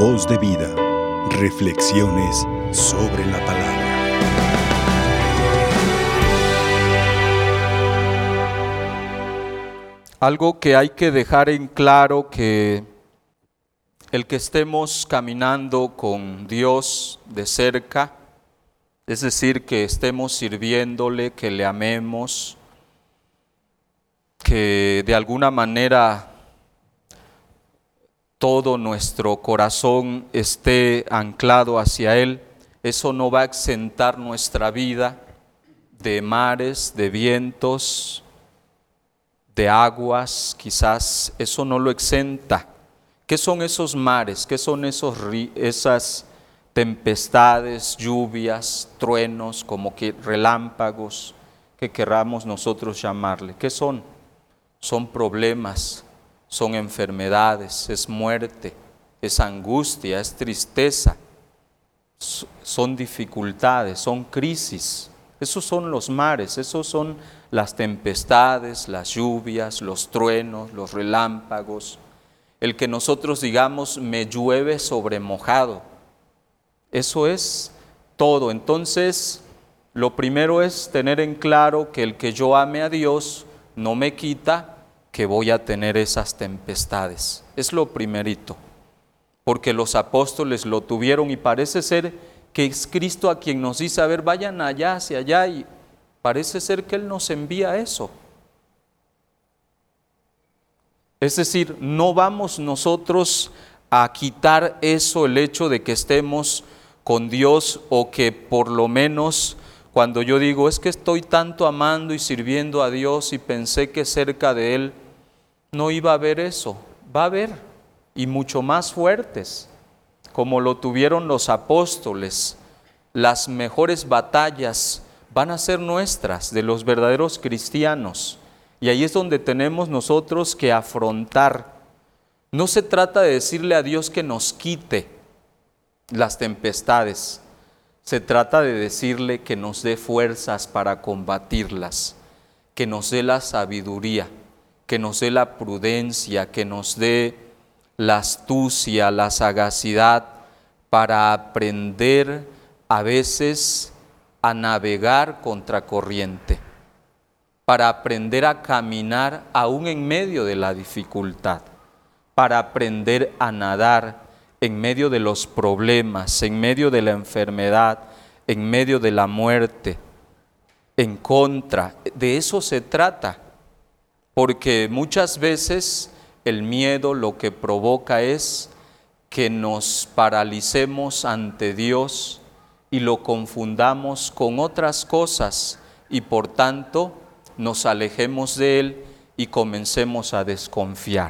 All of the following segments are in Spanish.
Voz de vida. Reflexiones sobre la palabra. Algo que hay que dejar en claro, que el que estemos caminando con Dios de cerca, es decir, que estemos sirviéndole, que le amemos, que de alguna manera todo nuestro corazón esté anclado hacia Él, eso no va a exentar nuestra vida de mares, de vientos, de aguas, quizás eso no lo exenta. ¿Qué son esos mares? ¿Qué son esas tempestades, lluvias, truenos, como que relámpagos, que querramos nosotros llamarle? ¿Qué son? Son problemas, son enfermedades, es muerte, es angustia, es tristeza, son dificultades, son crisis. Esos son los mares, esos son las tempestades, las lluvias, los truenos, los relámpagos. El que nosotros digamos, me llueve sobre mojado. Eso es todo. Entonces, lo primero es tener en claro que el que yo ame a Dios no me quita que voy a tener esas tempestades. Es lo primerito. Porque los apóstoles lo tuvieron y parece ser que es Cristo a quien nos dice, a ver, vayan allá, hacia allá, y parece ser que Él nos envía eso. Es decir, no vamos nosotros a quitar eso, el hecho de que estemos con Dios, o que por lo menos cuando yo digo, es que estoy tanto amando y sirviendo a Dios y pensé que cerca de Él no iba a haber eso. Va a haber, y mucho más fuertes, como lo tuvieron los apóstoles. Las mejores batallas van a ser nuestras, de los verdaderos cristianos. Y ahí es donde tenemos nosotros que afrontar. No se trata de decirle a Dios que nos quite las tempestades. Se trata de decirle que nos dé fuerzas para combatirlas, que nos dé la sabiduría, que nos dé la prudencia, que nos dé la astucia, la sagacidad para aprender a veces a navegar contracorriente, para aprender a caminar aún en medio de la dificultad, para aprender a nadar en medio de los problemas, en medio de la enfermedad, en medio de la muerte, en contra. De eso se trata, porque muchas veces el miedo lo que provoca es que nos paralicemos ante Dios y lo confundamos con otras cosas y por tanto nos alejemos de Él y comencemos a desconfiar.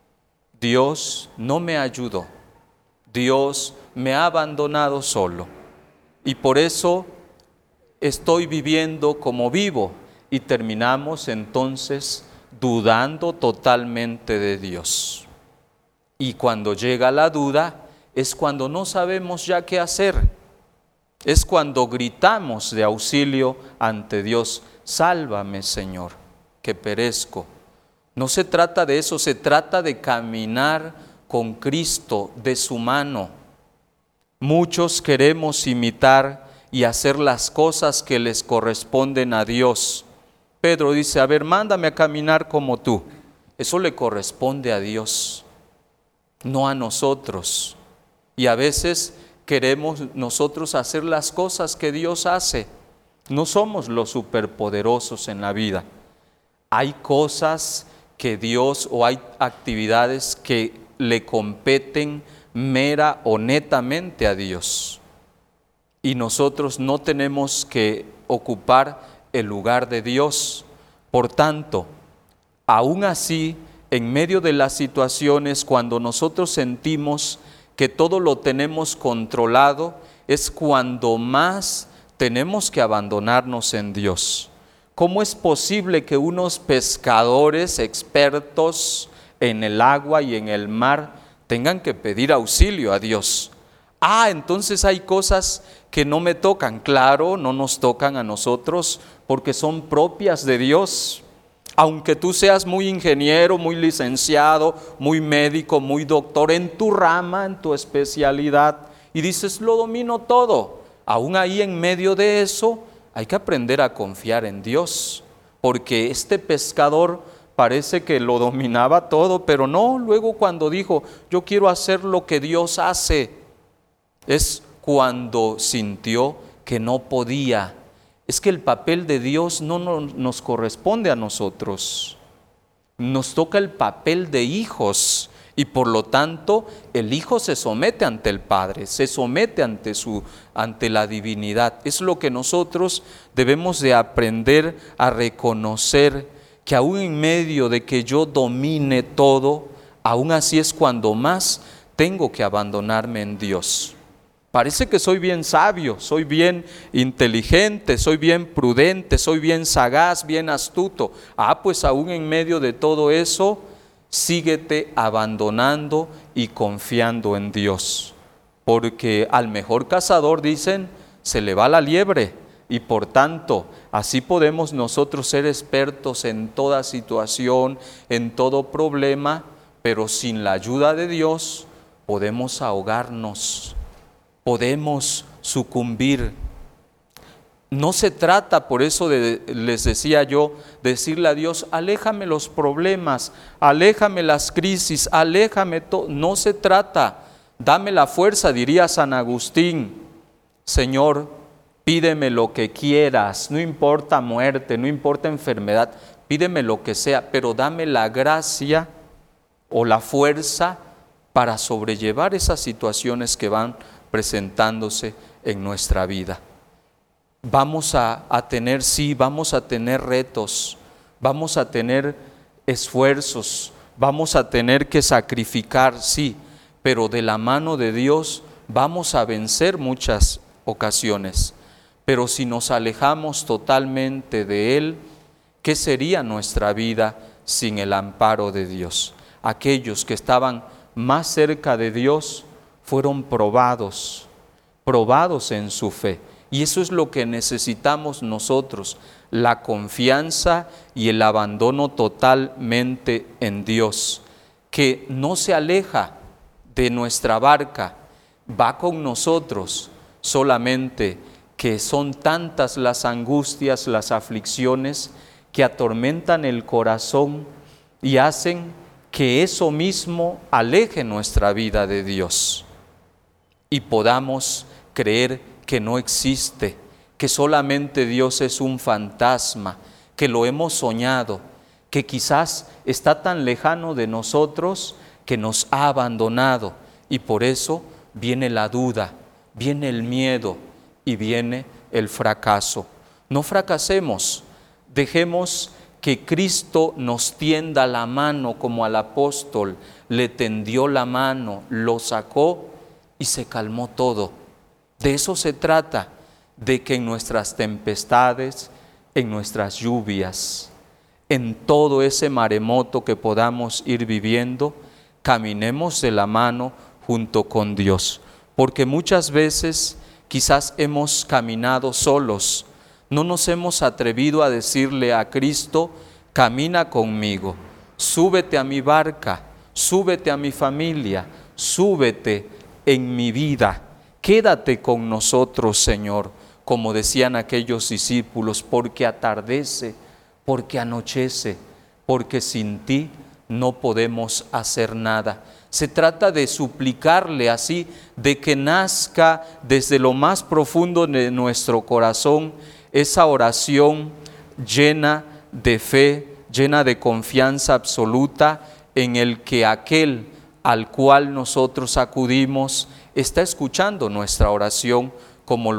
Dios no me ayudó, Dios me ha abandonado solo y por eso estoy viviendo como vivo, y terminamos entonces dudando totalmente de Dios. Y cuando llega la duda es cuando no sabemos ya qué hacer, es cuando gritamos de auxilio ante Dios, sálvame Señor, que perezco. No se trata de eso, se trata de caminar con Cristo de su mano. Muchos queremos imitar y hacer las cosas que les corresponden a Dios. Pedro dice, a ver, mándame a caminar como tú. Eso le corresponde a Dios, no a nosotros. Y a veces queremos nosotros hacer las cosas que Dios hace. No somos los superpoderosos en la vida. Hay cosas que Dios, o hay actividades que le competen mera o netamente a Dios. Y nosotros no tenemos que ocupar el lugar de Dios. Por tanto, aún así, en medio de las situaciones, cuando nosotros sentimos que todo lo tenemos controlado, es cuando más tenemos que abandonarnos en Dios. ¿Cómo es posible que unos pescadores expertos en el agua y en el mar tengan que pedir auxilio a Dios? Entonces hay cosas que no me tocan. Claro, no nos tocan a nosotros porque son propias de Dios. Aunque tú seas muy ingeniero, muy licenciado, muy médico, muy doctor en tu rama, en tu especialidad, y dices, lo domino todo. Aún ahí en medio de eso, hay que aprender a confiar en Dios, porque este pescador parece que lo dominaba todo, pero no, luego cuando dijo, yo quiero hacer lo que Dios hace, es cuando sintió que no podía. Es que el papel de Dios no nos corresponde a nosotros. Nos toca el papel de hijos y por lo tanto el hijo se somete ante el Padre, se somete ante la divinidad. Es lo que nosotros debemos de aprender a reconocer, que aún en medio de que yo domine todo, aún así es cuando más tengo que abandonarme en Dios. Parece que soy bien sabio, soy bien inteligente, soy bien prudente, soy bien sagaz, bien astuto. Pues aún en medio de todo eso, síguete abandonando y confiando en Dios. Porque al mejor cazador, dicen, se le va la liebre. Y por tanto, así podemos nosotros ser expertos en toda situación, en todo problema, pero sin la ayuda de Dios podemos ahogarnos. Podemos sucumbir. No se trata, por eso les decía yo, decirle a Dios, aléjame los problemas, aléjame las crisis, aléjame todo. No se trata, dame la fuerza, diría San Agustín. Señor, pídeme lo que quieras, no importa muerte, no importa enfermedad, pídeme lo que sea, pero dame la gracia o la fuerza para sobrellevar esas situaciones que van presentándose en nuestra vida. Vamos a tener retos, vamos a tener esfuerzos, vamos a tener que sacrificar, sí, pero de la mano de Dios vamos a vencer muchas ocasiones. Pero si nos alejamos totalmente de Él, ¿qué sería nuestra vida sin el amparo de Dios? Aquellos que estaban más cerca de Dios fueron probados en su fe. Y eso es lo que necesitamos nosotros, la confianza y el abandono totalmente en Dios, que no se aleja de nuestra barca, va con nosotros, solamente que son tantas las angustias, las aflicciones que atormentan el corazón y hacen que eso mismo aleje nuestra vida de Dios y podamos creer que no existe, que solamente Dios es un fantasma, que lo hemos soñado, que quizás está tan lejano de nosotros que nos ha abandonado y por eso viene la duda, viene el miedo y viene el fracaso. No fracasemos, dejemos que Cristo nos tienda la mano como al apóstol, le tendió la mano, lo sacó y se calmó todo. De eso se trata, de que en nuestras tempestades, en nuestras lluvias, en todo ese maremoto que podamos ir viviendo, caminemos de la mano junto con Dios. Porque muchas veces quizás hemos caminado solos, no nos hemos atrevido a decirle a Cristo, camina conmigo, súbete a mi barca, súbete a mi familia, súbete en mi vida, quédate con nosotros, Señor, como decían aquellos discípulos, porque atardece, porque anochece, porque sin ti no podemos hacer nada. Se trata de suplicarle así, de que nazca desde lo más profundo de nuestro corazón esa oración llena de fe, llena de confianza absoluta en el que aquel al cual nosotros acudimos está escuchando nuestra oración como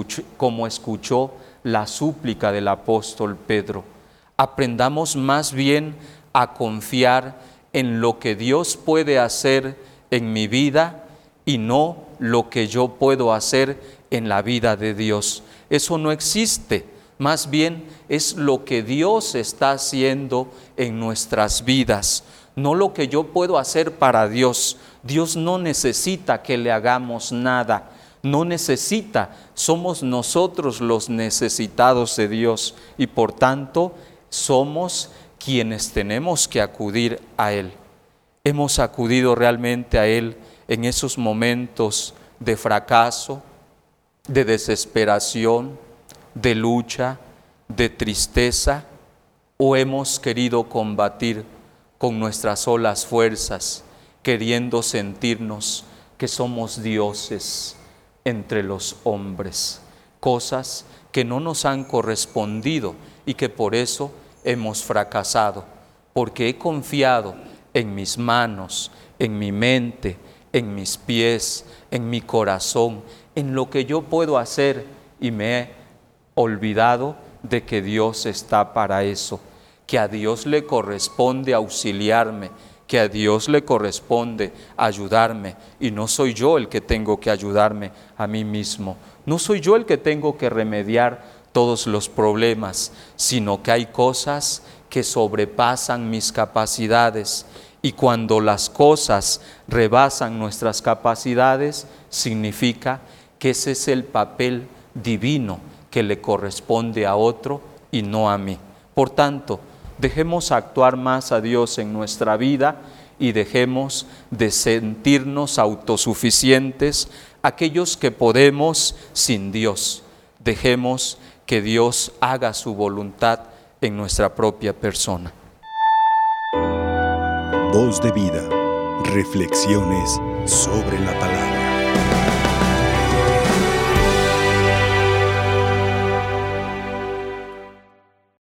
escuchó la súplica del apóstol Pedro. Aprendamos más bien a confiar en lo que Dios puede hacer en mi vida y no lo que yo puedo hacer en la vida de Dios. Eso no existe, más bien es lo que Dios está haciendo en nuestras vidas, no lo que yo puedo hacer para Dios. Dios no necesita que le hagamos nada, no necesita, somos nosotros los necesitados de Dios y por tanto somos quienes tenemos que acudir a Él. Hemos acudido realmente a Él en esos momentos de fracaso, de desesperación, de lucha, de tristeza, o hemos querido combatir con nuestras solas fuerzas, queriendo sentirnos que somos dioses entre los hombres, cosas que no nos han correspondido y que por eso hemos fracasado, porque he confiado en mis manos, en mi mente, en mis pies, en mi corazón, en lo que yo puedo hacer, y me he olvidado de que Dios está para eso, que a Dios le corresponde auxiliarme, que a Dios le corresponde ayudarme, y no soy yo el que tengo que ayudarme a mí mismo, no soy yo el que tengo que remediar todos los problemas, sino que hay cosas que sobrepasan mis capacidades, y cuando las cosas rebasan nuestras capacidades, significa que ese es el papel divino que le corresponde a otro y no a mí. Por tanto, dejemos actuar más a Dios en nuestra vida y dejemos de sentirnos autosuficientes, aquellos que podemos sin Dios. Dejemos que Dios haga su voluntad en nuestra propia persona. Voz de vida. Reflexiones sobre la palabra.